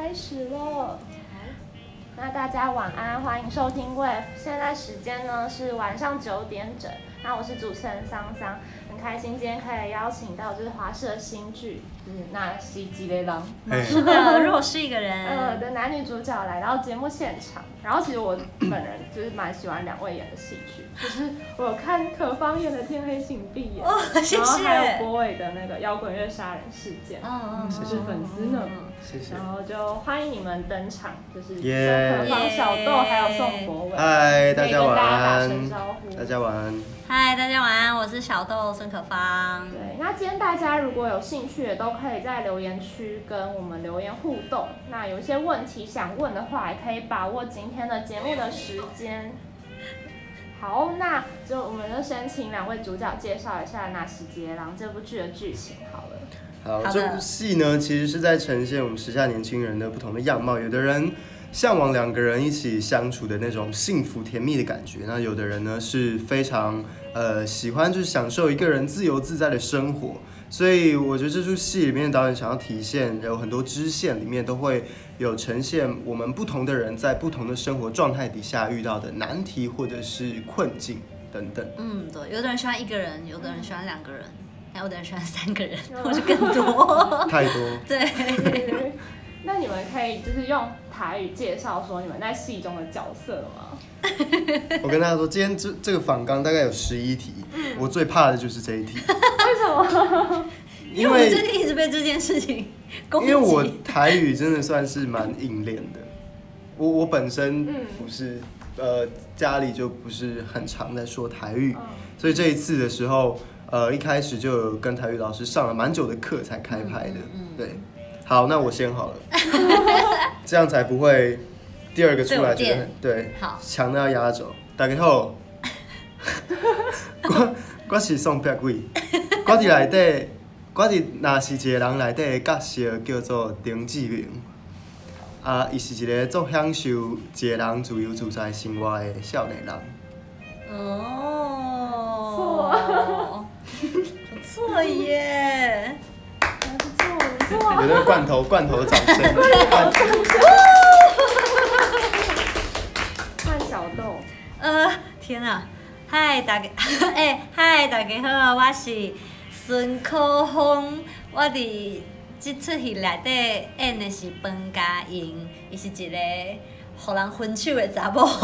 开始了。那大家晚安，欢迎收听 Wave。现在时间呢是晚上9点整。那我是主持人桑桑，很开心今天可以邀请到就是华视的新剧，就是那西吉雷郎， 是的，若是一个人的男女主角来到节目现场。然后其实我本人就是蛮喜欢两位演的戏剧，就是我有看可芳演的《天黑请闭眼》， 谢谢， 然后还有郭伟的那个摇滚乐杀人事件，就是粉丝呢， 谢谢。 然后就欢迎你们登场，就是可芳、小豆还有宋博伟， 嗨，大家晚安， 打声招呼， 大家晚安。 嗨，大家晚安，我是小豆孙可芳。 对，那今天大家如果有兴趣，也都可以在留言区跟我们留言互动。那有一些问题想问的话，也可以把握今天的节目的时间。好，那我们就先请两位主角介绍一下《那西杰郎》这部剧的剧情好了。 好，这部戏呢，其实是在呈现我们时下年轻人的不同的样貌。有的人向往两个人一起相处的那种幸福甜蜜的感觉，那有的人呢是非常喜欢就是享受一个人自由自在的生活。所以我觉得这出戏里面导演想要体现，有很多支线里面都会有呈现我们不同的人在不同的生活状态底下遇到的难题或者是困境等等。 对，有的人喜欢一个人，有的人喜欢两个人，还有的人喜欢3个人，或者更多。 太多。 对。 那你们可以就是用台语介绍说你们在戏中的角色吗？ 我跟大家说，今天这个访纲大概有11题，我最怕的就是这一题。 为什么？ 因为我最近一直被这件事情攻击。 因为我台语真的算是蛮硬练的，我本身不是家里就不是很常在说台语，所以这一次的时候一开始就有跟台语老师上了蛮久的课才开拍的，对。好，那我先好了，这样才不会第二个出来觉得对，强的要压轴。大家好，我是宋柏伟，我伫内底，我伫若是一个人内底的角色叫做丁志明，伊是一个足享受一个人自由自在生活的少年人。 哦，不错耶。 有那个罐头的掌声。 看小豆。 天啊！嗨大家，嗨大家好，我是孙可芳，我伫这出戏内底演的是彭佳莹，伊是一个互人分手的查某。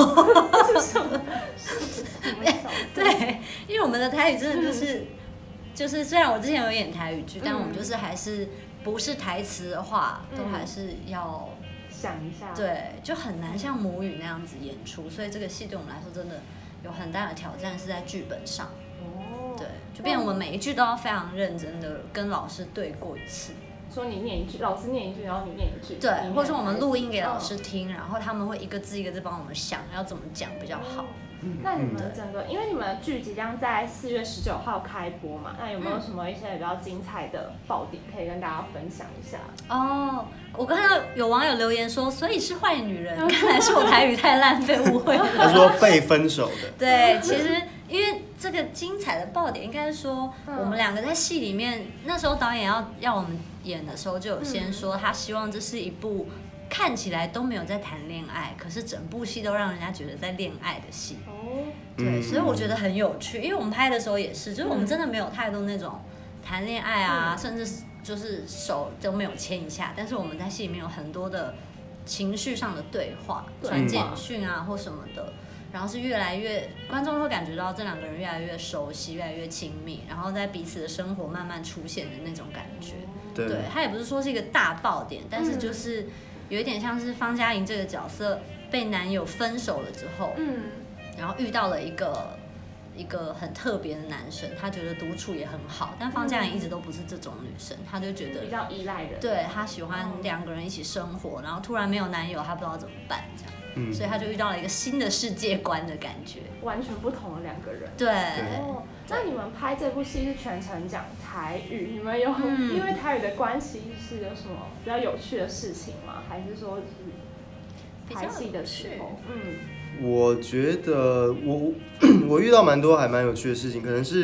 对，因为我们的台语真的就是虽然我之前有演台语剧，但我们就是还是不是台词的话，都还是要想一下。对， 就很难像母语那样子演出，所以这个戏对我们来说真的有很大的挑战，是在剧本上。对，就变成我们每一句都要非常认真的跟老师对过一次。 说你念一句，老师念一句，然后你念一句。 对，或者说我们录音给老师听，然后他们会一个字一个字帮我们想要怎么讲比较好。 那你们整个，因为你们的剧即将在4月19号开播嘛，那有没有什么一些比较精彩的爆点可以跟大家分享一下？ 我看到有网友留言说，所以是坏女人，看来是我台语太烂被误会了。 他说被分手的。 对，其实因为这个精彩的爆点，应该是说我们两个在戏里面，那时候导演要我们演的时候，就有先说他希望这是一部看起来都没有在谈恋爱，可是整部戏都让人家觉得在恋爱的戏。对，所以我觉得很有趣，因为我们拍的时候也是，就是我们真的没有太多那种谈恋爱啊，甚至就是手都没有牵一下，但是我们在戏里面有很多的情绪上的对话，传简讯啊或什么的，然后是越来越观众会感觉到这两个人越来越熟悉，越来越亲密，然后在彼此的生活慢慢出现的那种感觉。对，他也不是说是一个大爆点，但是就是有一点像是方嘉莹这个角色被男友分手了之后，然后遇到了一个很特别的男生，他觉得独处也很好，但方嘉莹一直都不是这种女生，他就觉得比较依赖人， 对，他喜欢两个人一起生活，然后突然没有男友，他不知道怎么办这样，所以他就遇到了一个新的世界观的感觉， 完全不同的两个人。 对。 那你们拍这部戏是全程讲台语，你们有因为台语的关系是有什么比较有趣的事情吗？还是说是拍戏的时候？我觉得我遇到蛮多还蛮有趣的事情，可能是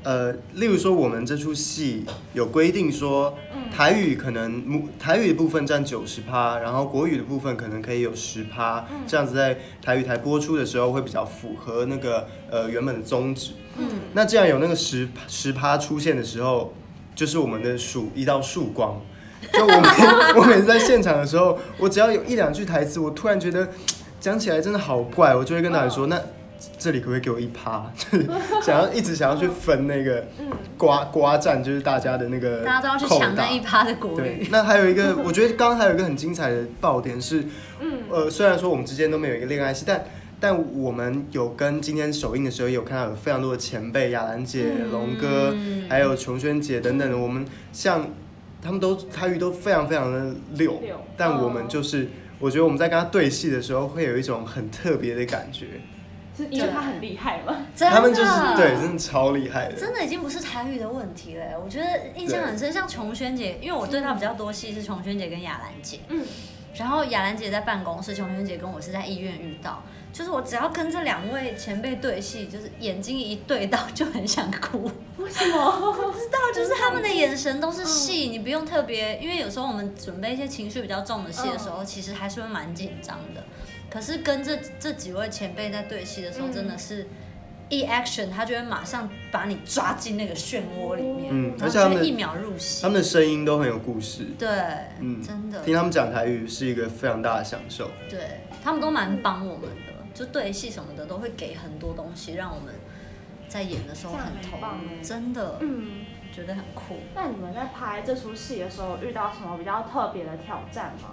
例如说我们这出戏有规定说，台语可能台语的部分占90%，然后国语的部分可能可以有10%，这样子在台语台播出的时候会比较符合那个原本的宗旨。那既然有那个10%出现的时候，就是我们的一道曙光。就我每次在现场的时候，我只要有1-2句台词，我突然觉得讲起来真的好怪，我就会跟导演说，那这里可不可以给我1%？就是一直想要去分那个瓜占，就是大家的那个， 大家都要去抢那1%的国语。 对，那还有一个，我觉得刚刚还有一个很精彩的爆点是，虽然说我们之间都没有一个恋爱戏，但我们有跟今天首映的时候也有看到有非常多的前辈，雅兰姐、龙哥，还有琼轩姐等等的，我们像他们都台语都非常非常的溜，但我们就是，我觉得我们在跟他对戏的时候会有一种很特别的感觉。 是因为他很厉害吗？ 他们就是对，真的超厉害的。 真的已经不是台语的问题了，我觉得印象很深。像琼轩姐，因为我对她比较多戏是琼轩姐跟雅兰姐，然后雅兰姐在办公室，琼轩姐跟我是在医院遇到。就是我只要跟这2位前辈对戏，就是眼睛一对到就很想哭。 为什么？ 不知道，就是他们的眼神都是戏，你不用特别，因为有时候我们准备一些情绪比较重的戏的时候，其实还是会蛮紧张的。可是跟这几位前辈在对戏的时候，真的是一 action， 他就会马上把你抓进那个漩涡里面，而且他们1秒入戏， 他们的声音都很有故事。 对，真的， 听他们讲台语是一个非常大的享受。 对，他们都蛮帮我们的，就对戏什么的都会给很多东西，让我们在演的时候很投入，真的，觉得很酷。 那你们在拍这出戏的时候，遇到什么比较特别的挑战吗？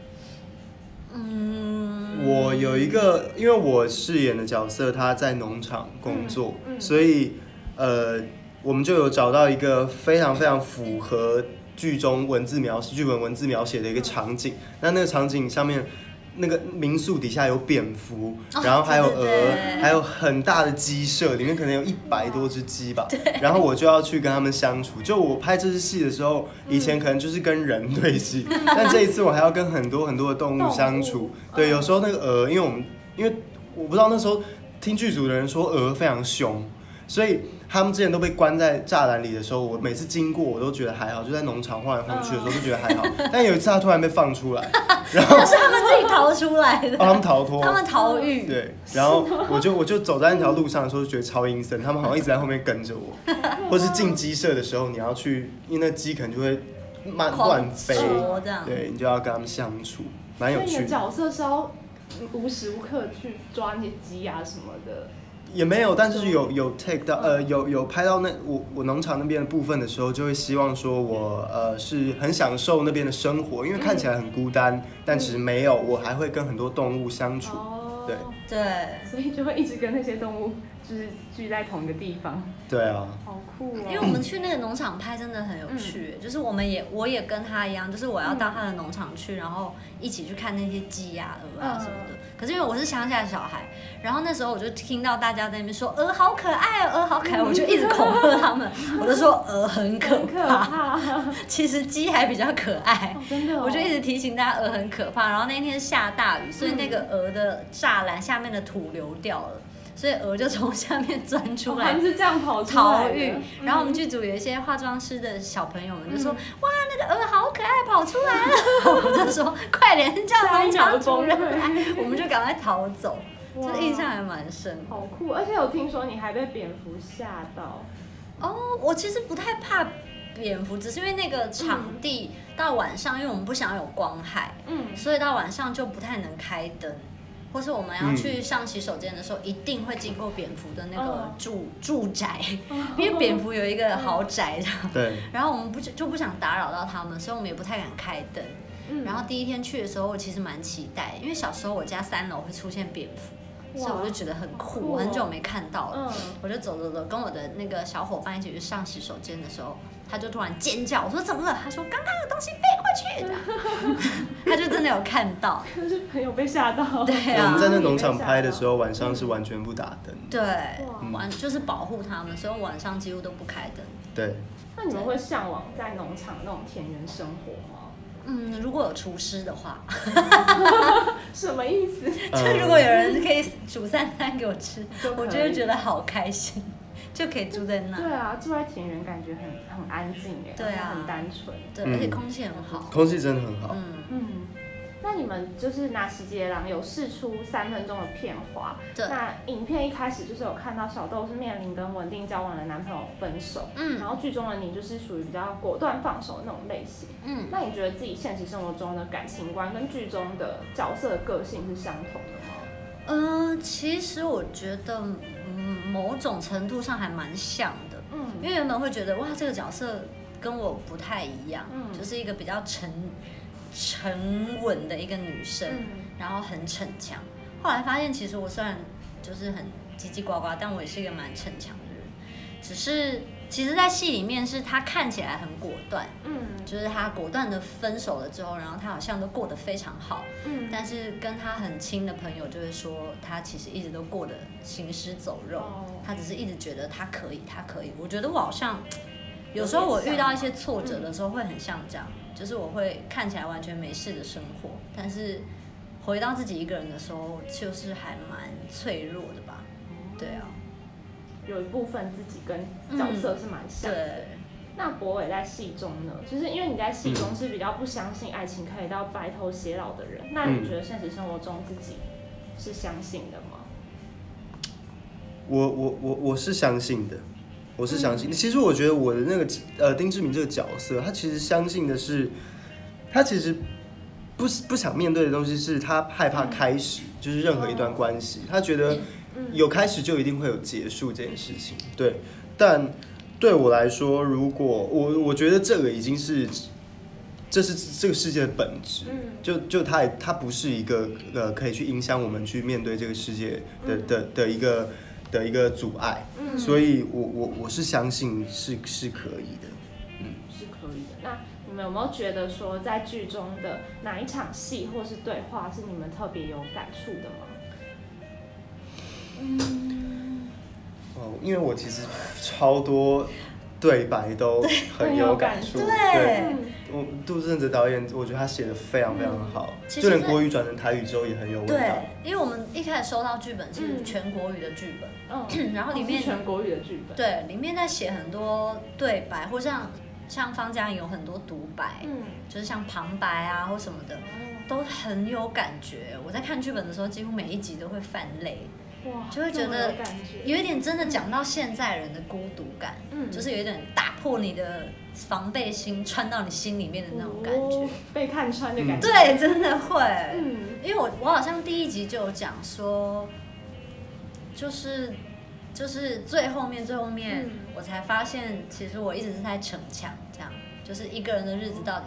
我有一个，因为我饰演的角色他在农场工作，所以我们就有找到一个非常非常符合剧本文字描写的一个场景。那个场景上面，那个民宿底下有蝙蝠，然后还有鹅，还有很大的鸡舍，里面可能有100多只鸡吧。然后我就要去跟他们相处。就我拍这支戏的时候，以前可能就是跟人对戏，但这一次我还要跟很多很多的动物相处。对，有时候那个鹅，因为我不知道那时候听剧组的人说鹅非常凶，所以他们之前都被关在栅栏里的时候，我每次经过我都觉得还好，就在农场晃来晃去的时候都觉得还好。但有一次他突然被放出来，然后那是他们自己逃出来的， 他们逃脱， 他们逃狱。 对，然后我就走在那条路上的时候就觉得超阴森，他们好像一直在后面跟着我，或是进鸡舍的时候你要去，因为那鸡可能就会乱飞，对，你就要跟他们相处，蛮有趣的。 所以你的角色是要无时无刻去抓那些鸡啊什么的。 也没有，但是有 take 到有拍到我农场那边的部分的时候，就会希望说我是很享受那边的生活，因为看起来很孤单，但其实没有，我还会跟很多动物相处。对， 所以就会一直跟那些动物就是聚在同一个地方。 对啊， 好酷哦！ 因为我们去那个农场拍真的很有趣，就是我也跟他一样，就是我要到他的农场去，然后一起去看那些鸡啊、鹅啊什么的。可是因为我是乡下的小孩，然后那时候我就听到大家在那边说鹅好可爱，鹅好可爱，我就一直恐吓他们，我就说鹅很可怕，其实鸡还比较可爱， 真的。 我就一直提醒大家鹅很可怕。然后那天下大雨，所以那个鹅的栅栏下面的土流掉了。所以鹅就从下面钻出来， 他们是这样跑出来逃狱。然后我们剧组有一些化妆师的小朋友们就说：“哇，那个鹅好可爱，跑出来了！”我就说：“快点叫农场主人来！”我们就赶快逃走，这印象还蛮深。 好酷！而且有听说你还被蝙蝠吓到。 哦，我其实不太怕蝙蝠，只是因为那个场地到晚上，因为我们不想要有光害，所以到晚上就不太能开灯。或是我们要去上洗手间的时候，一定会经过蝙蝠的那个住宅，因为蝙蝠有一个豪宅的。 对。 然后我们就不想打扰到他们，所以我们也不太敢开灯。然后第一天去的时候，我其实蛮期待，因为小时候我家3楼会出现蝙蝠，所以我就觉得很酷，我很久没看到了。我就走，跟我的那个小伙伴一起去上洗手间的时候，他就突然尖叫，我说怎么了？他说刚刚有东西飞过去，他就真的有看到， 就是朋友被吓到。 对啊， 我们在那农场拍的时候，晚上是完全不打灯。 对，就是保护他们，所以晚上几乎都不开灯。 对。 那你们会向往在农场那种田园生活吗？ 如果有厨师的话。 什么意思？ 就如果有人可以煮3餐给我吃，我就会觉得好开心。 就可以住在那。 对啊，住在田园感觉很安静哎， 对啊， 很单纯， 对，而且空气很好， 空气真的很好。 那你们就是拿喜结郎有释出3分钟的片花， 对。 那影片一开始就是有看到小豆是面临跟稳定交往的男朋友分手，然后剧中的你就是属于比较果断放手的那种类型，那你觉得自己现实生活中的感情观跟剧中的角色的个性是相同的吗？其实我觉得，某种程度上还蛮像的，因为原本会觉得哇，这个角色跟我不太一样，就是一个比较沉稳的一个女生，然后很逞强。后来发现，其实我虽然就是很叽叽呱呱，但我也是一个蛮逞强的人。只是，其实，在戏里面是她看起来很果断，就是她果断的分手了之后，然后她好像都过得非常好，但是跟她很亲的朋友就会说，她其实一直都过得行尸走肉，她只是一直觉得她可以，她可以。我觉得我好像有时候我遇到一些挫折的时候会很像这样。就是我会看起来完全没事的生活，但是回到自己一个人的时候，就是还蛮脆弱的吧。对啊， 有一部分自己跟角色是蛮像的。对。那博伟在戏中呢？就是因为你在戏中是比较不相信爱情可以到白头偕老的人，那你觉得现实生活中自己是相信的吗？ 我是相信的。我是相信，其实我觉得我的那个丁志明这个角色，他其实相信的是，他其实不想面对的东西是他害怕开始，就是任何一段关系，他觉得有开始就一定会有结束这件事情。对，但对我来说，如果我觉得这个已经是，这是这个世界的本质，就它不是一个可以去影响我们去面对这个世界的一个阻碍，所以我是相信是可以的， 是可以的。那你们有没有觉得说，在剧中的哪一场戏或是对话是你们特别有感触的吗？ 因为我其实超多对白都很有感触，对，杜正哲导演，我觉得他写的非常非常好，就连国语转成台语之后也很有味道。 对，因为我们一开始收到剧本是全国语的剧本，然后里面是全国语的剧本， 对，里面在写很多对白，或像方嘉莹有很多独白，就是像旁白啊或什么的，都很有感觉。我在看剧本的时候，几乎每一集都会泛泪。就会觉得有一点真的讲到现在人的孤独感，就是有一点打破你的防备心，穿到你心里面的那种感觉， 被看穿的感觉。 对，真的会。因为我好像第一集就有讲说，就是最后面，我才发现其实我一直是在逞强，这样就是一个人的日子到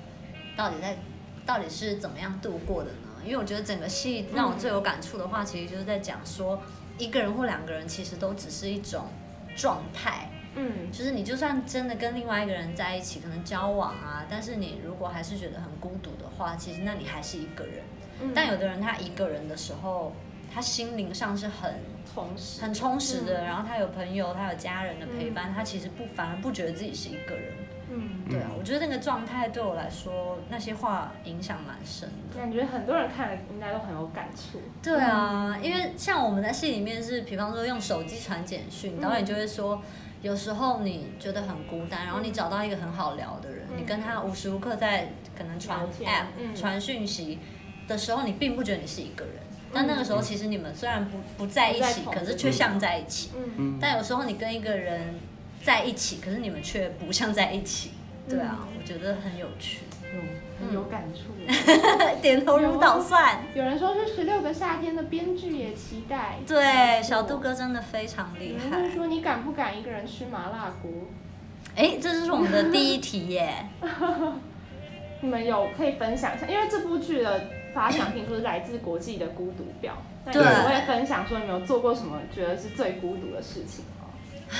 底是怎么样度过的呢？因为我觉得整个戏让我最有感触的话，其实就是在讲说，一个人或2个人其实都只是一种状态。就是你就算真的跟另外一个人在一起，可能交往啊，但是你如果还是觉得很孤独的话，其实那你还是一个人。但有的人他一个人的时候，他心灵上是很充实的，然后他有朋友，他有家人的陪伴，他其实反而不觉得自己是一个人。对啊，我觉得那个状态对我来说，那些话影响蛮深的。 感觉很多人看了应该都很有感触。 对啊，因为像我们在戏里面是，比方说用手机传简讯，导演就会说，有时候你觉得很孤单，然后你找到一个很好聊的人，你跟他无时无刻在可能传 app 传讯息的时候，你并不觉得你是一个人。但那个时候，其实你们虽然不在一起，可是却像在一起。但有时候你跟一个人在一起，可是你们却不像在一起。对啊，我觉得很有趣， 很有感触。 点头如捣蒜。 有人说是16个夏天的编剧也期待。 对，小杜哥真的非常厉害。 有人说你敢不敢一个人吃麻辣锅？ 这就是我们的第一题耶。 你们有可以分享一下，因为这部剧的发想听说是来自国际的孤独表，那你们会分享说你们有做过什么觉得是最孤独的事情吗？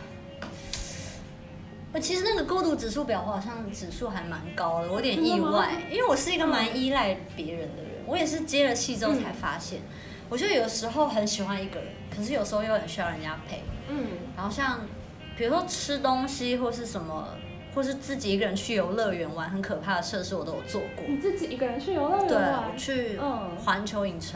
其实那个孤独指数表，我好像指数还蛮高的，我有点意外，因为我是一个蛮依赖别人的人。我也是接了戏之后才发现，我觉得有时候很喜欢一个人，可是有时候又很需要人家陪。然后像比如说吃东西或是什么，或是自己一个人去游乐园玩很可怕的设施，我都有做过。 你自己一个人去游乐园玩？ 对，我去环球影城，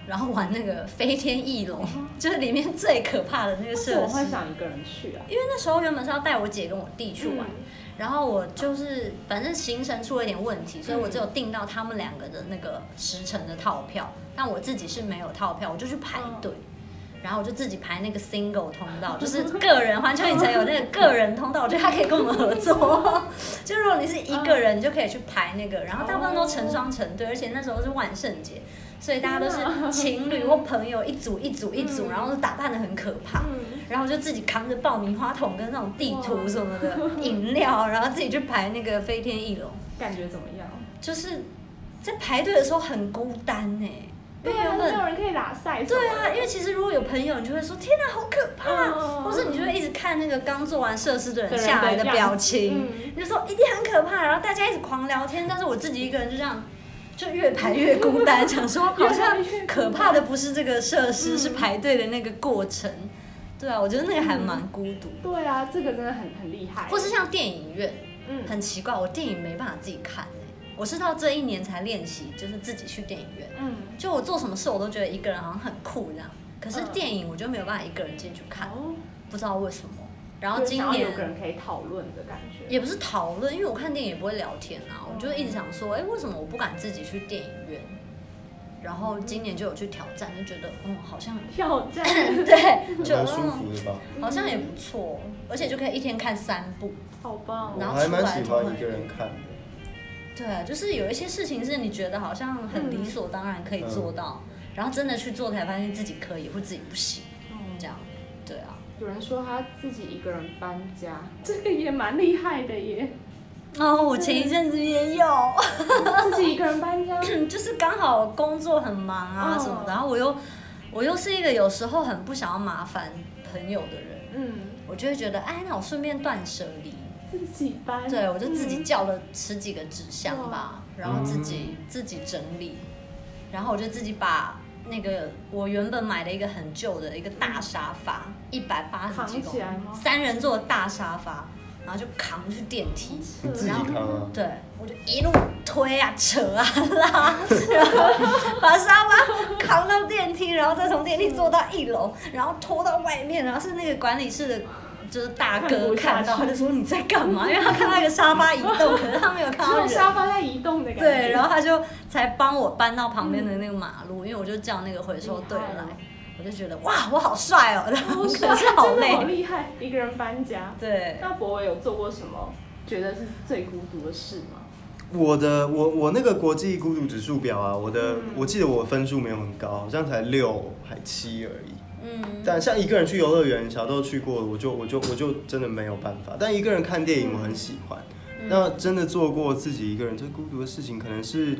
然后玩那个飞天翼龙，就是里面最可怕的那个设施。 我会想一个人去啊， 因为那时候原本是要带我姐跟我弟去玩，然后我就是反正行程出了一点问题，所以我只有订到他们2个的那个10程的套票，但我自己是没有套票，我就去排队。然后我就自己排那个 single 通道，就是个人环球影城有那个个人通道，我觉得他可以跟我们合作。就如果你是一个人，你就可以去排那个，然后大部分都成双成对，而且那时候是万圣节，所以大家都是情侣或朋友一组，然后打扮得很可怕。然后我就自己扛着爆米花桶跟那种地图什么的饮料，然后自己去排那个飞天翼龙。 感觉怎么样？ 就是在排队的时候很孤单欸。 对啊，没有人可以拉赛。 对啊，因为其实如果有朋友，你就会说天哪，好可怕，或是你就会一直看那个刚做完设施的人下来的表情，你就说一定很可怕，然后大家一直狂聊天，但是我自己一个人就这样，就越排越孤单，想说好像可怕的不是这个设施，是排队的那个过程。对啊，我觉得那个还蛮孤独。 对啊，这个真的很厉害。 或是像电影院，很奇怪，我电影没办法自己看。我是到这1年才练习，就是自己去电影院。就我做什么事，我都觉得一个人好像很酷这样。可是电影我就没有办法一个人进去看，不知道为什么。然后今年有个人可以讨论的感觉， 也不是讨论，因为我看电影也不会聊天啊，我就一直想说，为什么我不敢自己去电影院？然后今年就有去挑战，就觉得好像挑战对，就蛮舒服的吧， 好像也不错，而且就可以一天看3部， 好棒。 我还蛮喜欢一个人看的。 对，就是有一些事情是你觉得好像很理所当然可以做到，然后真的去做才发现自己可以或自己不行，这样，对啊。 有人说他自己一个人搬家，这个也蛮厉害的耶。 我前一阵子也有自己一个人搬家， 就是刚好工作很忙啊什么的，然后我又是一个有时候很不想要麻烦朋友的人，我就会觉得那我顺便断舍离。 自己搬， 对，我就自己叫了10几个纸箱吧，然后自己整理，然后我就自己把那个我原本买了一个很旧的一个大沙发，180几公斤，3人座的大沙发，然后就扛去电梯， 你自己扛啊？ 对，我就一路推啊、扯啊、拉，然后把沙发扛到电梯，然后再从电梯坐到1楼，然后拖到外面，然后是那个管理室的。就是大哥看到，他就说你在干嘛？因为他看到一个沙发移动，可是他没有看到人。 沙发在移动的感觉。 对，然后他就才帮我搬到旁边的那个马路，因为我就叫那个回收队来，我就觉得哇，我好帅哦，可是好累， 好厉害，一个人搬家。 对。 那博伟有做过什么觉得是最孤独的事吗？ 我那个国际孤独指数表啊，我记得我分数没有很高，好像才6还7而已。但像一个人去游乐园，小豆去过，我就真的没有办法。但一个人看电影我很喜欢。那真的做过自己一个人最孤独的事情，可能是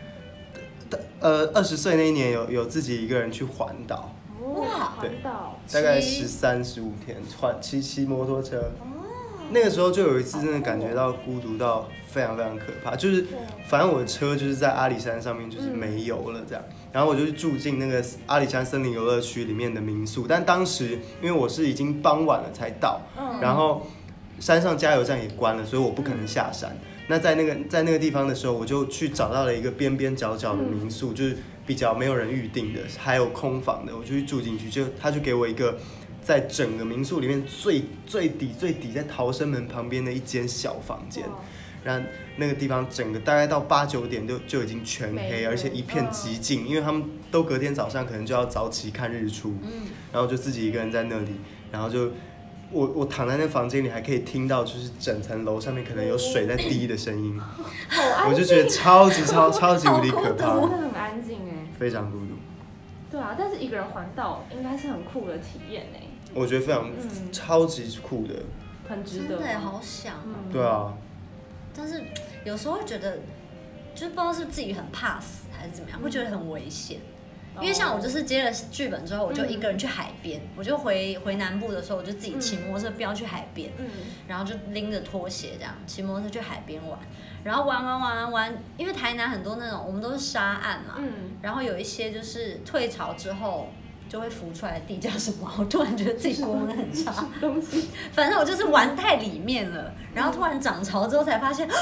20岁那一年有自己一个人去环岛。 哇， 对，大概13、15天，骑摩托车。那个时候就有一次真的感觉到孤独到非常非常可怕，就是反正我的车就是在阿里山上面就是没油了这样，然后我就住进那个阿里山森林游乐区里面的民宿，但当时因为我是已经傍晚了才到，然后山上加油站也关了，所以我不可能下山。那在那个地方的时候，我就去找到了一个边边角角的民宿，就是比较没有人预定的，还有空房的，我就去住进去，他就给我一个。在整个民宿里面最底在逃生门旁边的一间小房间，然后那个地方整个大概到8、9点就已经全黑，而且一片寂静，因为他们都隔天早上可能就要早起看日出，然后就自己一个人在那里，然后就我躺在那房间里还可以听到就是整层楼上面可能有水在滴的声音，我就觉得超级无敌可怕， 真的很安静哎， 非常孤独。 对啊，但是一个人环岛应该是很酷的体验哎。 我觉得非常超级酷的， 很值得。 真的好想。 对啊。 但是有时候会觉得，就是不知道是自己很怕死还是怎么样，会觉得很危险。因为像我就是接了剧本之后，我就一个人去海边，我就回南部的时候，我就自己骑摩托车飙去海边，然后就拎着拖鞋这样骑摩托车去海边玩，然后玩，因为台南很多那种我们都是沙岸嘛，然后有一些就是退潮之后。就会浮出来的地叫什么？我突然觉得自己国文很差。 东西， 反正我就是玩太里面了，然后突然涨潮之后才发现，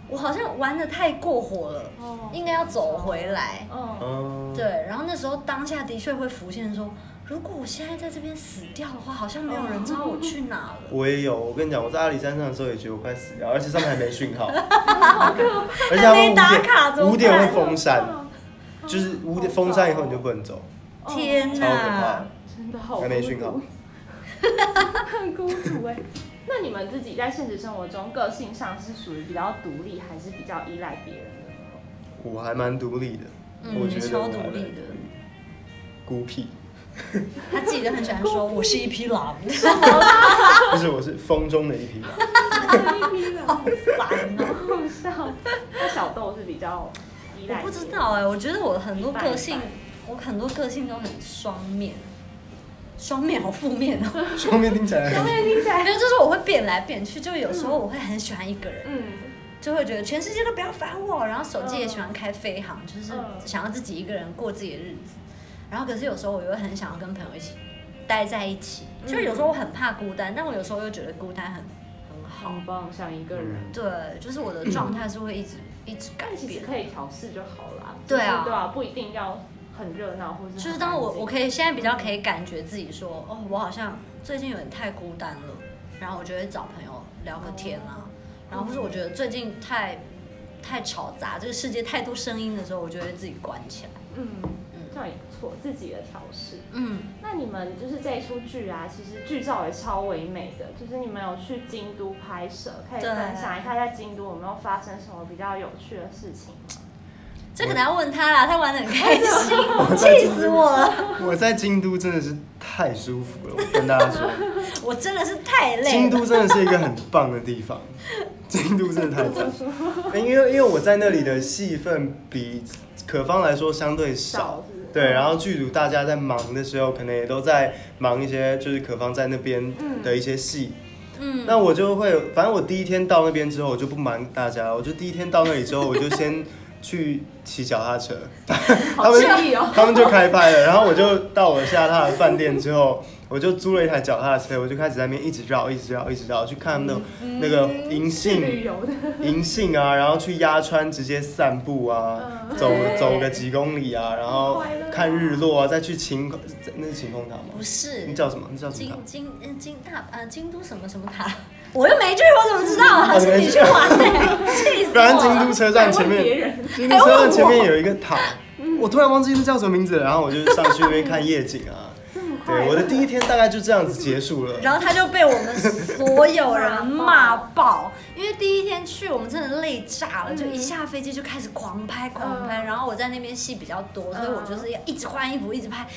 我好像玩得太过火了，应该要走回来。对，然后那时候当下的确会浮现说，如果我现在在这边死掉的话，好像没有人知道我去哪了。 我也有，我跟你讲，我在阿里山上的时候也觉得我快死掉，而且上面还没讯号，而且他们5点会封山，就是5点封山以后你就不能走。 天哪， 超可怕， 真的好， 还没讯号， 很孤独哎。那你们自己在现实生活中个性上是属于比较独立，还是比较依赖别人的？ 我还蛮独立的，我觉得超独立的， 孤僻。 他自己都很喜欢说，我是一匹狼。 不是，我是风中的一匹狼。 一匹狼， 好烦哦， 好笑。那小豆是比较依赖。 我不知道哎，我觉得我很多个性，我很多个性都很双面。双面好负面哦， 双面听起来， 没有， 就是我会变来变去，就有时候我会很喜欢一个人，就会觉得全世界都不要烦我，然后手机也喜欢开飞行，就是想要自己一个人过自己的日子，然后可是有时候我又很想要跟朋友一起待在一起，就有时候我很怕孤单，但我有时候又觉得孤单很好棒，像一个人， 对，就是我的状态是会一直改变， 其实可以调试就好了， 对啊， 不一定要很热闹，或是就是当我可以现在比较可以感觉自己说，哦，我好像最近有点太孤单了，然后我就会找朋友聊个天啊，然后或是我觉得最近太吵杂，这个世界太多声音的时候，我就会自己关起来。 这样也不错，自己的调试。那你们就是这一出剧啊，其实剧照也超唯美的，就是你们有去京都拍摄，可以分享一下在京都有没有发生什么比较有趣的事情吗？ 这可能要问他啦，他玩得很开心，气死我了。 我在京都真的是太舒服了，我跟大家说， 我真的是太累了。 京都真的是一个很棒的地方，京都真的太赞。因为我在那里的戏份比可芳来说相对少，对，然后剧组大家在忙的时候，可能也都在忙一些就是可芳在那边的一些戏。那我就会，反正我第一天到那边之后，我就不瞒大家，我就第一天到那里之后，我就先去骑脚踏车，他们就开拍了，然后我就到我下榻的饭店之后，我就租了一台脚踏车，我就开始在那边一直绕，去看他们的那个银杏啊，然后去鸭川直接散步啊，走个几公里啊，然后看日落啊，再去那是晴空塔吗？ 不是， 那叫什么？那叫什么塔？京都什么什么塔？我又没去，我怎么知道啊？是你去玩的，气死我了！ 不然京都车站前面有一个塔，我突然忘记是叫什么名字了，然后我就上去那边看夜景啊。对，我的第一天大概就这样子结束了。 然后他就被我们所有人骂爆，因为第一天去我们真的累炸了，就一下飞机就开始狂拍。然后我在那边戏比较多，所以我就是要一直换衣服，一直拍。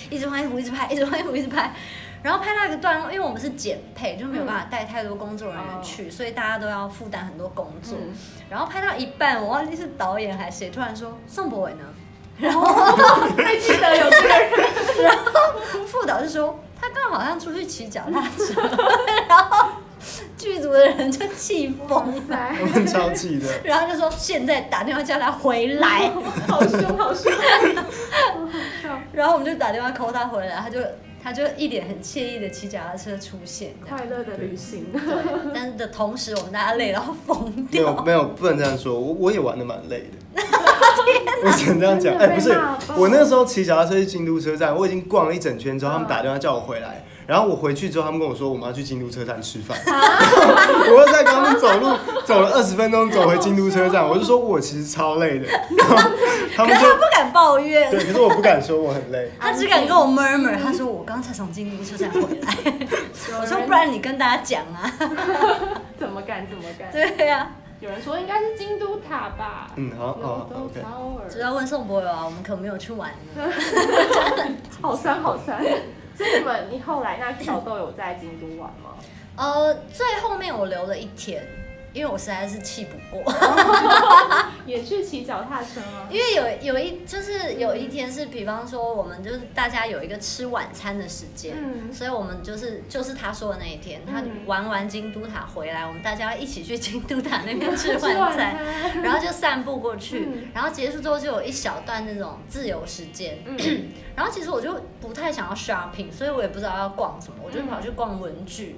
然后拍到一个段落，因为我们是减配，就没有办法带太多工作人员去，所以大家都要负担很多工作。然后拍到一半，我忘记是导演还是谁，突然说宋博伟呢？然后还记得有这个人， 然后副导就说他刚好像出去骑脚踏车，然后剧组的人就气疯了， 他们超气的， 然后就说现在打电话叫他回来， 好凶， 然后我们就打电话 call 他回来，他就一脸很惬意的骑脚踏车出现， 快乐的旅行。 对，但是的同时我们大家累到疯掉。 没有，不能这样说，我也玩得蛮累的。我只能这样讲，不是，我那时候骑脚踏车去京都车站，我已经逛了一整圈之后，他们打电话叫我回来，然后我回去之后，他们跟我说我们要去京都车站吃饭，我又再跟他们走了20分钟走回京都车站，我就说我其实超累的，然后他们就可是他不敢抱怨， 对，可是我不敢说我很累， 他只敢跟我 murmur， 他说我刚才从京都车站回来，我说不然你跟大家讲啊， 怎么敢？ 对呀。 有人说应该是京都塔吧？ 好 ，OK。 只要问宋博友啊，我们可没有去玩呢。 好酸。所以你后来那小豆有在京都玩吗？ 最后面我留了1天，因为我实在是气不过。 也去骑脚踏车吗？ 因为有一天是，比方说我们就是大家有一个吃晚餐的时间，所以我们就是他说的那一天，他玩完京都塔回来，我们大家一起去京都塔那边吃晚餐，然后就散步过去，然后结束之后就有一小段那种自由时间，然后其实我就不太想要 shopping， 所以我也不知道要逛什么，我就跑去逛文具。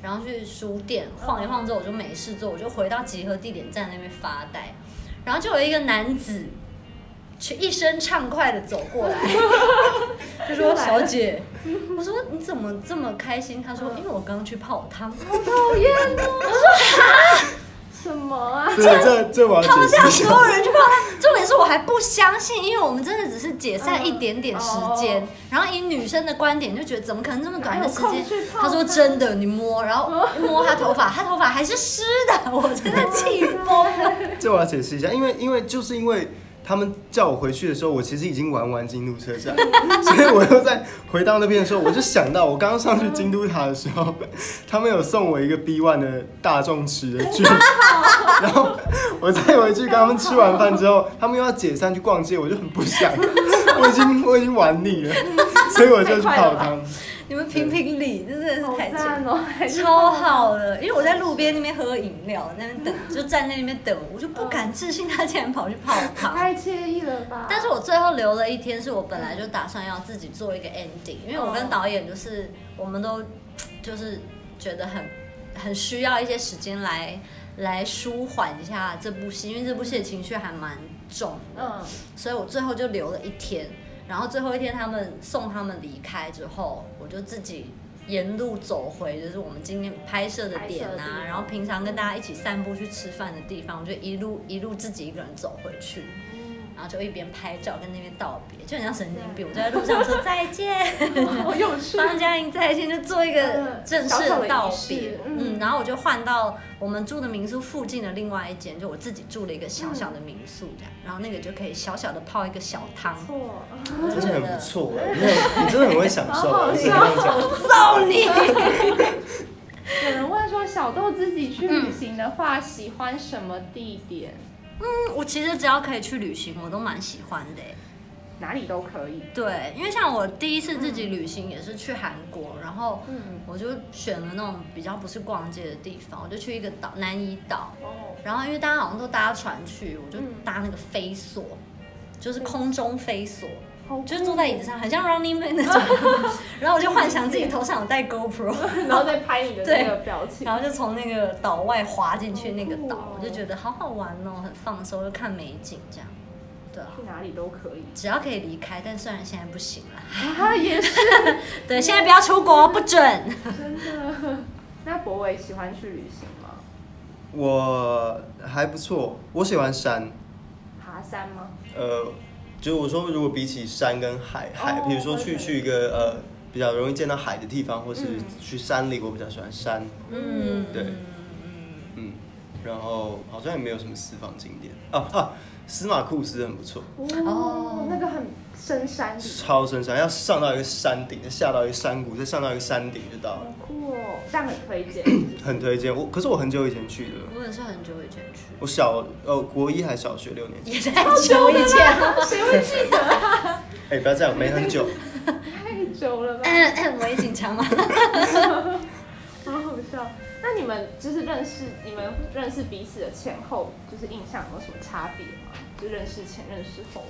然后去书店晃一晃之后，我就没事做，我就回到集合地点站那边发呆，然后就有一个男子，一声畅快的走过来，就说：“小姐。”我说：“你怎么这么开心？”他说：“因为我刚去泡汤。” 好讨厌哦！我说：“哈，什么啊？” 这我要他们解释一下。 这样所有人去泡汤，重点是我还不相信，因为我们真的只是解散一点点时间，然后以女生的观点就觉得怎么可能这么短的时间？他说：“真的，你摸，然后摸他头发，他头发还是湿的，我真的气疯了。” 这我要解释一下，因为他们叫我回去的时候，我其实已经玩完京都车站，所以我又在回到那边的时候，我就想到我刚刚上去京都塔的时候，他们有送我一个 B1 的大众池的券，然后我再回去跟他们吃完饭之后，他们又要解散去逛街，我就很不想，我已经玩腻了，所以我就去泡汤。 你们评评理，这真的是太赞哦， 超好的！因为我在路边那边喝饮料，那边等，就站在那边等，我就不敢置信他竟然跑去泡汤， 太惬意了吧！ 但是我最后留了一天，是我本来就打算要自己做一个 ending， 因为我跟导演就是我们都就是觉得很需要一些时间来舒缓一下这部戏，因为这部戏的情绪还蛮重的，所以我最后就留了一天。然后最后一天送他们离开之后，我就自己沿路走回就是我们今天拍摄的点啊，然后平常跟大家一起散步去吃饭的地方，我就一路自己一个人走回去，然后就一边拍照跟那边道别，就很像神经病。我就在路上说再见，方嘉玲再见，就做一个正式的道别。然后我就换到我们住的民宿附近的另外一间，就我自己住了一个小小的民宿这样，然后那个就可以小小的泡一个小汤， 真的很不错哎，你真的很会享受， 我揍你！ 有人问说，小豆自己去旅行的话，喜欢什么地点？ 我其实只要可以去旅行，我都蛮喜欢的。 哪里都可以。 对，因为像我第一次自己旅行也是去韩国，然后我就选了那种比较不是逛街的地方，我就去一个岛南怡岛。然后因为大家好像都搭船去，我就搭那个飞索，就是空中飞索。就是坐在椅子上，很像 Running Man 那种，然后我就幻想自己头上有戴 GoPro， 然后再拍你的那个表情， 然后就从那个岛外滑进去那个岛，我就觉得好好玩哦，很放松，就看美景这样。对啊， 去哪里都可以， 只要可以离开，但虽然现在不行了。 啊，也是。 对，现在不要出国，不准。 真的。那博伟喜欢去旅行吗？ 我还不错，我喜欢山。 爬山吗？ 就是我说，如果比起山跟海，比如说去一个比较容易见到海的地方，或是去山里，我比较喜欢山。对，然后好像也没有什么私房景点司马库斯很不错。 那个很深山里， 超深山，要上到一个山顶，再下到一个山谷，再上到一个山顶就到了。 好酷哦，这样很推荐。 很推荐，可是我很久以前去的。 我也是很久以前去。 我国一还小学6年级。 也太久以前了， 谁会记得啊？ 不要这样，没很久。 太久了吧？ 我也紧张吗？ 好好笑。那你们认识彼此的前后，就是印象有什么差别吗？就认识前认识后，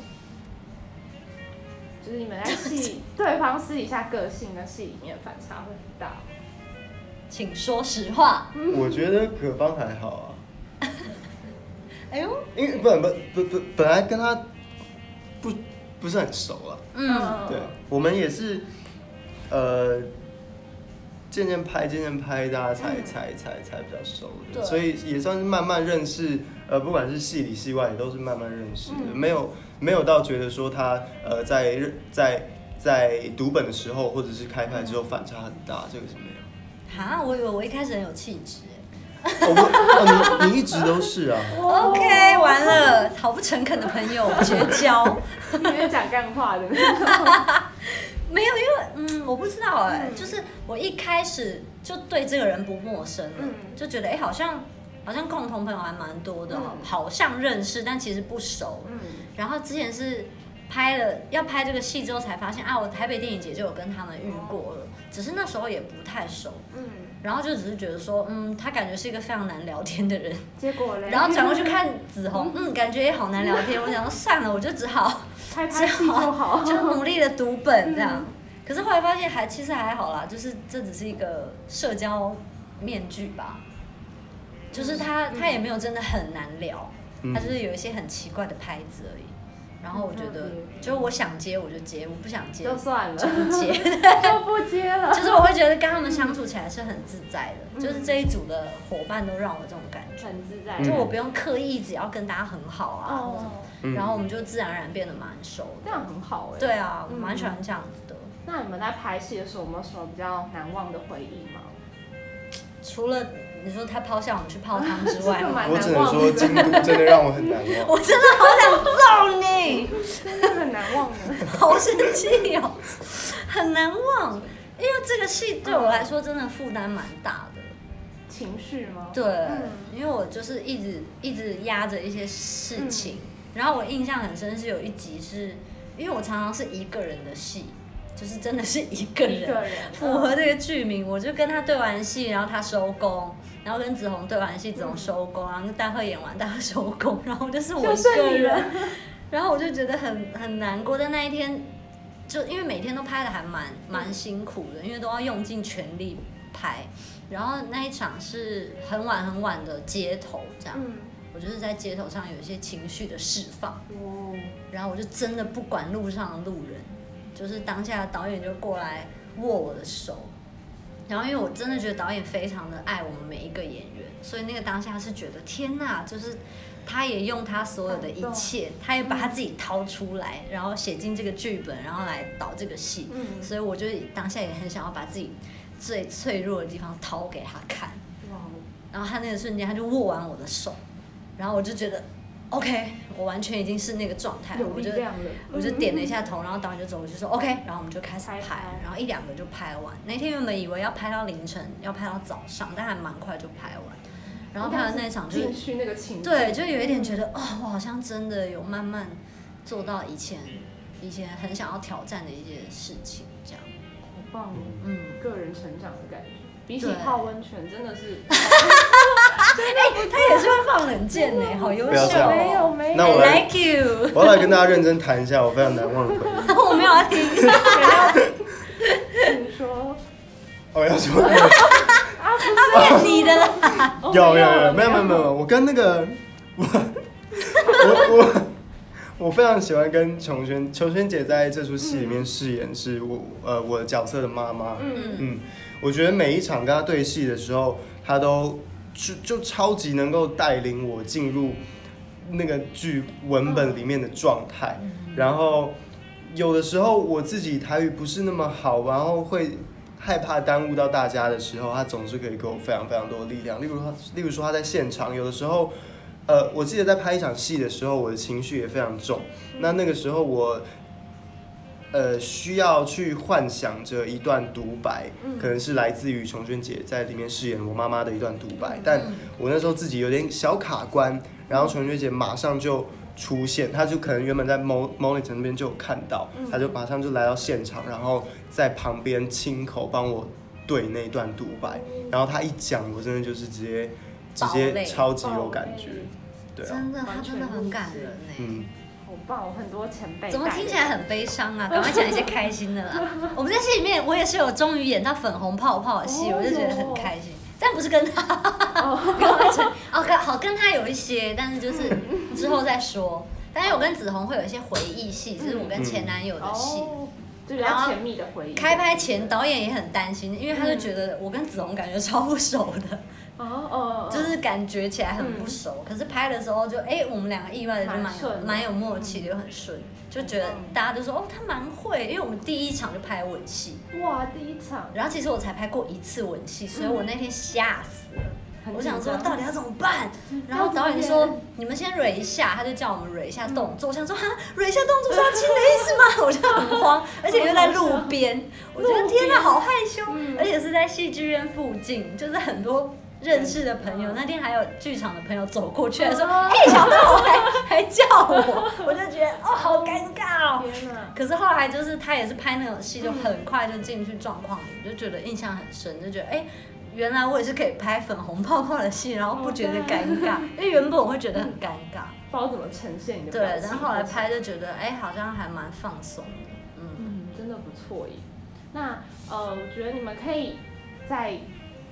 就是你们在对方私底下个性跟戏里面反差会很大。 请说实话。 我觉得可芳还好啊。 哎呦， 因为本来跟他不是很熟啊。对，我们也是渐渐拍，大家才比较熟的，所以也算是慢慢认识。不管是戏里戏外，也都是慢慢认识的，没有到觉得说他在读本的时候，或者是开拍之后反差很大，这个是没有。 哈，我以为我一开始很有气质。 你一直都是啊。 OK， 完了，好不诚恳的朋友，绝交。 因为讲干话的。 没有，因为我不知道就是我一开始就对这个人不陌生了，就觉得好像共同朋友还蛮多的，好像认识，但其实不熟。然后之前是要拍这个戏之后才发现我台北电影节就有跟他们遇过了，只是那时候也不太熟。然后就只是觉得说，他感觉是一个非常难聊天的人。 结果嘞？ 然后转过去看子红，感觉也好难聊天。我想说算了，我就只好拍戏就好， 就努力的读本这样。可是后来发现其实还好啦，就是这只是一个社交面具吧，就是他也没有真的很难聊，他就是有一些很奇怪的拍子而已。然后我觉得，就是我想接我就接，我不想接就算了， 就不接， 就不接了。 就是我会觉得跟他们相处起来是很自在的，就是这一组的伙伴都让我这种感觉， 很自在。 就我不用刻意只要跟大家很好啊，然后我们就自然而然变得蛮熟的， 这样很好哎。 对啊，我蛮喜欢这样子的。 那你们在拍戏的时候有没有什么比较难忘的回忆吗？ 除了你说他抛下我们去泡汤之外， 我只能说京都真的让我很难忘。 我真的好想揍你， 真的很难忘的， 好生气哦，很难忘。因为这个戏对我来说真的负担蛮大的。 情绪吗？ 对，因为我就是一直压着一些事情，然后我印象很深是有一集是，因为我常常是一个人的戏。就是真的是一个人，符合这个剧名，我就跟他对完戏，然后他收工，然后跟子红对完戏，子红收工，然后跟大赫演完，大赫收工，然后就是我一个人，然后我就觉得很难过。但那一天，就因为每天都拍的还蛮辛苦的，因为都要用尽全力拍，然后那一场是很晚的街头这样。我就是在街头上有一些情绪的释放，然后我就真的不管路上的路人。就是当下导演就过来握我的手，然后因为我真的觉得导演非常的爱我们每一个演员，所以那个当下是觉得天哪，就是他也用他所有的一切，他也把他自己掏出来，然后写进这个剧本，然后来导这个戏，所以我就当下也很想要把自己最脆弱的地方掏给他看，然后他那个瞬间他就握完我的手，然后我就觉得。OK， 我完全已经是那个状态，我就点了一下头，然后导演就走过去说 OK， 然后我们就开始拍，然后1、2个就拍完。那天原本以为要拍到凌晨，要拍到早上，但还蛮快就拍完。然后拍完那场就是进去那个情绪， 对，就有一点觉得我好像真的有慢慢做到以前很想要挑战的一些事情，这样。 好棒，个人成长的感觉。比起泡温泉，真的是， 他也是会放冷箭呢，好优秀。 没有， 那我 like you。 我要来跟大家认真谈一下我非常难忘的回忆。 我没有要听， 你说。 我要说。 他骗你的啦。 有，没有，我跟那个我非常喜欢跟琼轩姐在这出戏里面饰演是我的角色的妈妈。我觉得每一场跟她对戏的时候，她都就超级能够带领我进入那个剧文本里面的状态。然后有的时候我自己台语不是那么好，然后会害怕耽误到大家的时候，她总是可以给我非常非常多的力量。例如说她在现场，有的时候。我记得在拍一场戏的时候，我的情绪也非常重。那个时候我，需要去幻想着一段独白，可能是来自于琼轩姐在里面饰演我妈妈的一段独白。但我那时候自己有点小卡关，然后琼轩姐马上就出现，她就可能原本在 monitor 那边就有看到，她就马上就来到现场，然后在旁边亲口帮我对那段独白。然后她一讲，我真的就是直接超级有感觉，对啊， 真的，他真的很感人呢。 好棒，很多前辈。 怎么听起来很悲伤啊？赶快讲一些开心的啦。我们在戏里面，我也是有终于演到粉红泡泡的戏，我就觉得很开心。但不是跟他，好跟他有一些，但是就是之后再说。但是我跟子红会有一些回忆戏，就是我跟前男友的戏。 就比较甜蜜的回忆。 开拍前，导演也很担心，因为他就觉得我跟子红感觉超不熟的，就是感觉起来很不熟。可是拍的时候就我们两个意外的就蛮有默契的，又很顺，就觉得大家都说他蛮会，因为我们第一场就拍吻戏。 哇，第一场。然后其实我才拍过1次吻戏，所以我那天吓死了。我想说到底要怎么办？然后导演说你们先蕊一下，他就叫我们蕊一下动作。我想说蕊一下动作是要亲的意思吗？我就很慌，而且又在路边，我觉得天哪，好害羞，而且是在戏剧院附近，就是很多认识的朋友。那天还有剧场的朋友走过去，还说小豆还叫我就觉得好尴尬哦。可是后来就是他也是拍那种戏，就很快就进去状况里，就觉得印象很深，就觉得原来我也是可以拍粉红泡泡的戏，然后不觉得尴尬，因为原本我会觉得很尴尬， 不知道怎么呈现你的表情。对，但后来拍就觉得，好像还蛮放松的， 真的不错耶。那我觉得你们可以在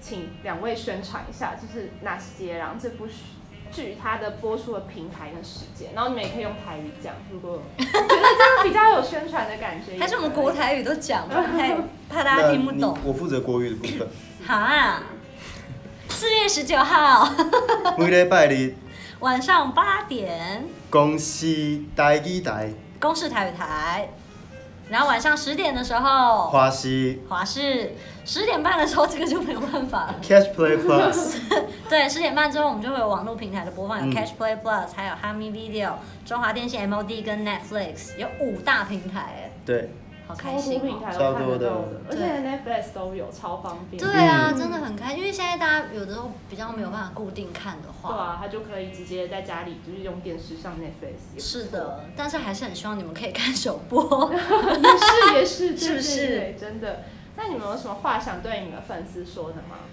请2位宣传一下，就是哪些，然后这部剧它的播出的平台跟时间，然后你们也可以用台语讲，如果觉得这样比较有宣传的感觉。 还是我们国台语都讲，怕大家听不懂。 我负责国语的部分。 好啊，4月19号， 每礼拜日晚上8点， 公司台语台， 公视台语台。然后晚上10点的时候， 华视 10点半的时候，这个就没有办法了。 Catch Play Plus， 对，10点半之后我们就会有网络平台的播放，有 Catch Play Plus， 还有 Hami Video、中华电信 MOD 跟 Netflix， 有5大平台哎。 对。 好开心哦，超多的，而且 Netflix 都有，超方便。 对啊，真的很开心，因为现在大家有的时候比较没有办法固定看的话， 对啊，他就可以直接在家里就是用电视上 Netflix。 是的，但是还是很希望你们可以看首播。 也是， 是不是？ 对，真的。那你们有什么话想对你们粉丝说的吗？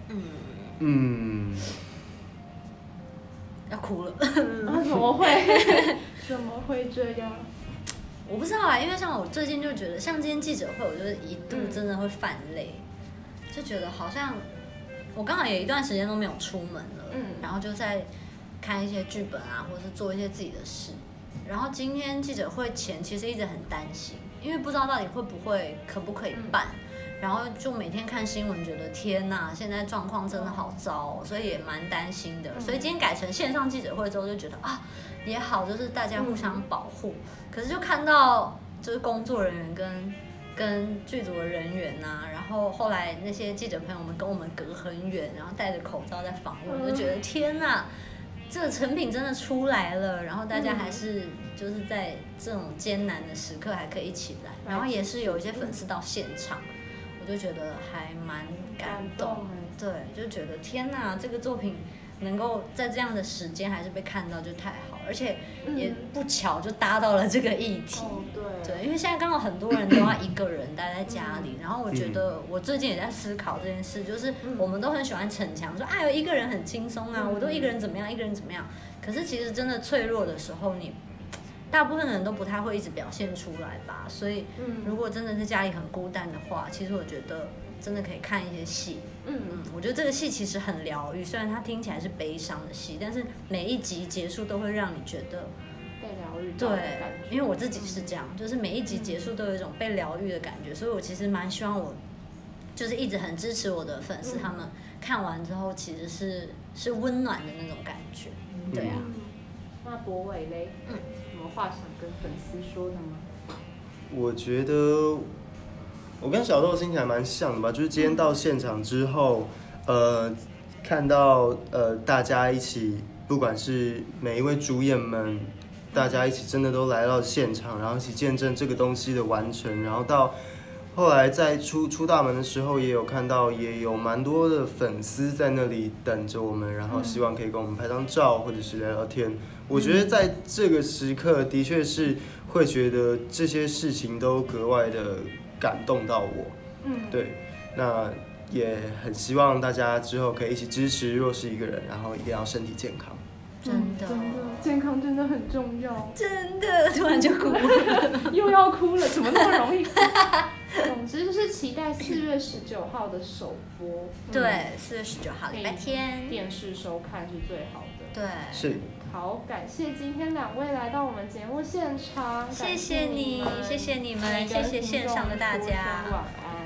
要哭了。 怎么会？怎么会这样？ 我不知道啊，因为像我最近就觉得，像今天记者会，我就是一度真的会泛泪，就觉得好像我刚好有一段时间都没有出门了，然后就在看一些剧本啊，或者是做一些自己的事。然后今天记者会前，其实一直很担心，因为不知道到底可不可以办。然后就每天看新闻，觉得天哪，现在状况真的好糟哦，所以也蛮担心的。所以今天改成线上记者会之后，就觉得啊也好，就是大家互相保护。可是就看到就是工作人员跟剧组的人员呐，然后后来那些记者朋友们跟我们隔很远，然后戴着口罩在访问，就觉得天哪，这个成品真的出来了，然后大家还是就是在这种艰难的时刻还可以一起来，然后也是有一些粉丝到现场。我就觉得还蛮感动，对，就觉得天哪，这个作品能够在这样的时间还是被看到就太好，而且也不巧就搭到了这个议题，对，因为现在刚好很多人都要一个人待在家里，然后我觉得我最近也在思考这件事，就是我们都很喜欢逞强，说哎呦一个人很轻松啊，我都一个人怎么样，一个人怎么样，可是其实真的脆弱的时候你。大部分人都不太会一直表现出来吧，所以如果真的是家里很孤单的话，其实我觉得真的可以看一些戏。我觉得这个戏其实很疗愈，虽然它听起来是悲伤的戏，但是每一集结束都会让你觉得被疗愈。 对，因为我自己是这样，就是每一集结束都有一种被疗愈的感觉，所以我其实蛮希望我就是一直很支持我的粉丝，他们看完之后其实是温暖的那种感觉。对啊。 那博伟嘞，什么话想跟粉丝说的吗？ 我觉得我跟小豆心情还蛮像的吧，就是今天到现场之后，看到大家一起，不管是每一位主演们，大家一起真的都来到现场，然后一起见证这个东西的完成，然后到后来在出大门的时候，也有看到也有蛮多的粉丝在那里等着我们，然后希望可以跟我们拍张照或者是聊聊天。我觉得在这个时刻，的确是会觉得这些事情都格外的感动到我。对，那也很希望大家之后可以一起支持弱势一个人，然后一定要身体健康。 真的， 健康真的很重要。 真的，突然就哭了， 又要哭了，怎么那么容易哭？总之就是期待4月19号的首播。 对，4月19号礼拜天， 电视收看是最好的。 对， 是。 好，感谢今天2位来到我们节目现场， 谢谢你，谢谢你们，谢谢线上的大家。 晚安。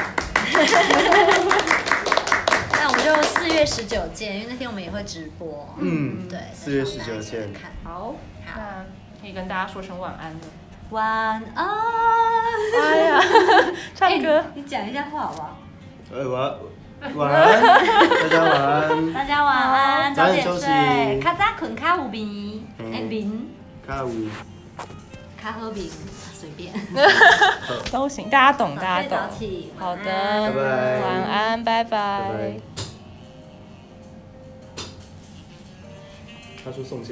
那我们就4月19见，因为那天我们也会直播。对，4 月19见。 好，那可以跟大家说声晚安了。 晚安。 哎呀，唱歌， 你讲一下话好不好？ 晚安，大家晚安。 大家晚安，早点睡， 较早困，较有眠，眠， 较好眠，随便。 都行，大家懂，大家懂。好的， 拜拜， 晚安，拜拜。 他说送